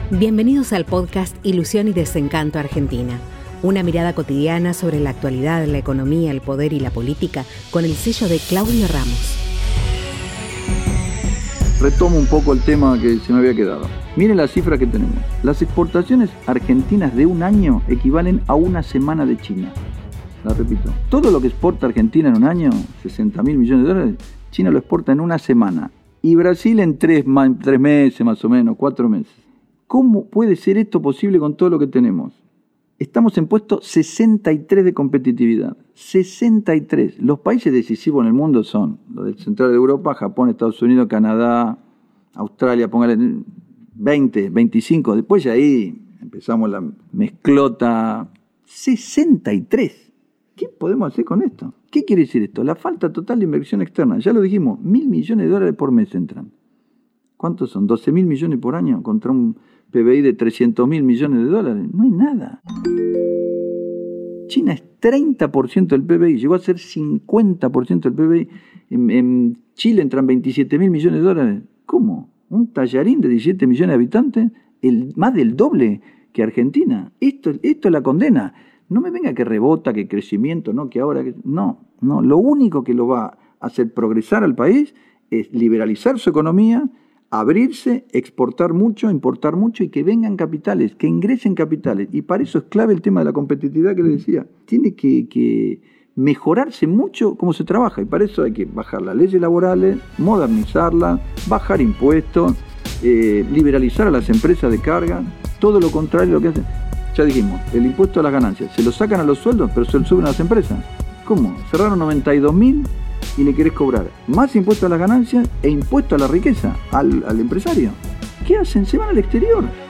Bienvenidos al podcast Ilusión y Desencanto Argentina. Una mirada cotidiana sobre la actualidad, la economía, el poder y la política con el sello de Claudio Ramos. Retomo un poco el tema que se me había quedado. Miren las cifras que tenemos. Las exportaciones argentinas de un año equivalen a una semana de China. La repito. Todo lo que exporta Argentina en un año, 60.000 millones de dólares, China lo exporta en una semana. Y Brasil en 3 meses más o menos, 4 meses. ¿Cómo puede ser esto posible con todo lo que tenemos? Estamos en puesto 63 de competitividad. 63. Los países decisivos en el mundo son los del central de Europa, Japón, Estados Unidos, Canadá, Australia, póngale 20, 25. Después ya ahí empezamos la mezclota. 63. ¿Qué podemos hacer con esto? ¿Qué quiere decir esto? La falta total de inversión externa. Ya lo dijimos, 1.000 millones de dólares por mes entran. ¿Cuántos son? 12.000 millones por año contra un PBI de 300.000 millones de dólares. No hay nada. China es 30% del PBI, llegó a ser 50% del PBI. En Chile entran 27.000 millones de dólares. ¿Cómo? Un tallarín de 17 millones de habitantes, más del doble que Argentina. Esto es la condena. No me venga que rebota, que crecimiento, no, que ahora... No. Lo único que lo va a hacer progresar al país es liberalizar su economía, abrirse, exportar mucho, importar mucho y que vengan capitales, que ingresen capitales. Y para eso es clave el tema de la competitividad que les decía. Tiene que mejorarse mucho cómo se trabaja y para eso hay que bajar las leyes laborales, modernizarlas, bajar impuestos, liberalizar a las empresas de carga, todo lo contrario de lo que hacen. Ya dijimos, el impuesto a las ganancias, se lo sacan a los sueldos, pero se lo suben a las empresas. ¿Cómo? Cerraron 92.000 y le querés cobrar más impuesto a las ganancias e impuesto a la riqueza al empresario. ¿Qué hacen? Se van al exterior.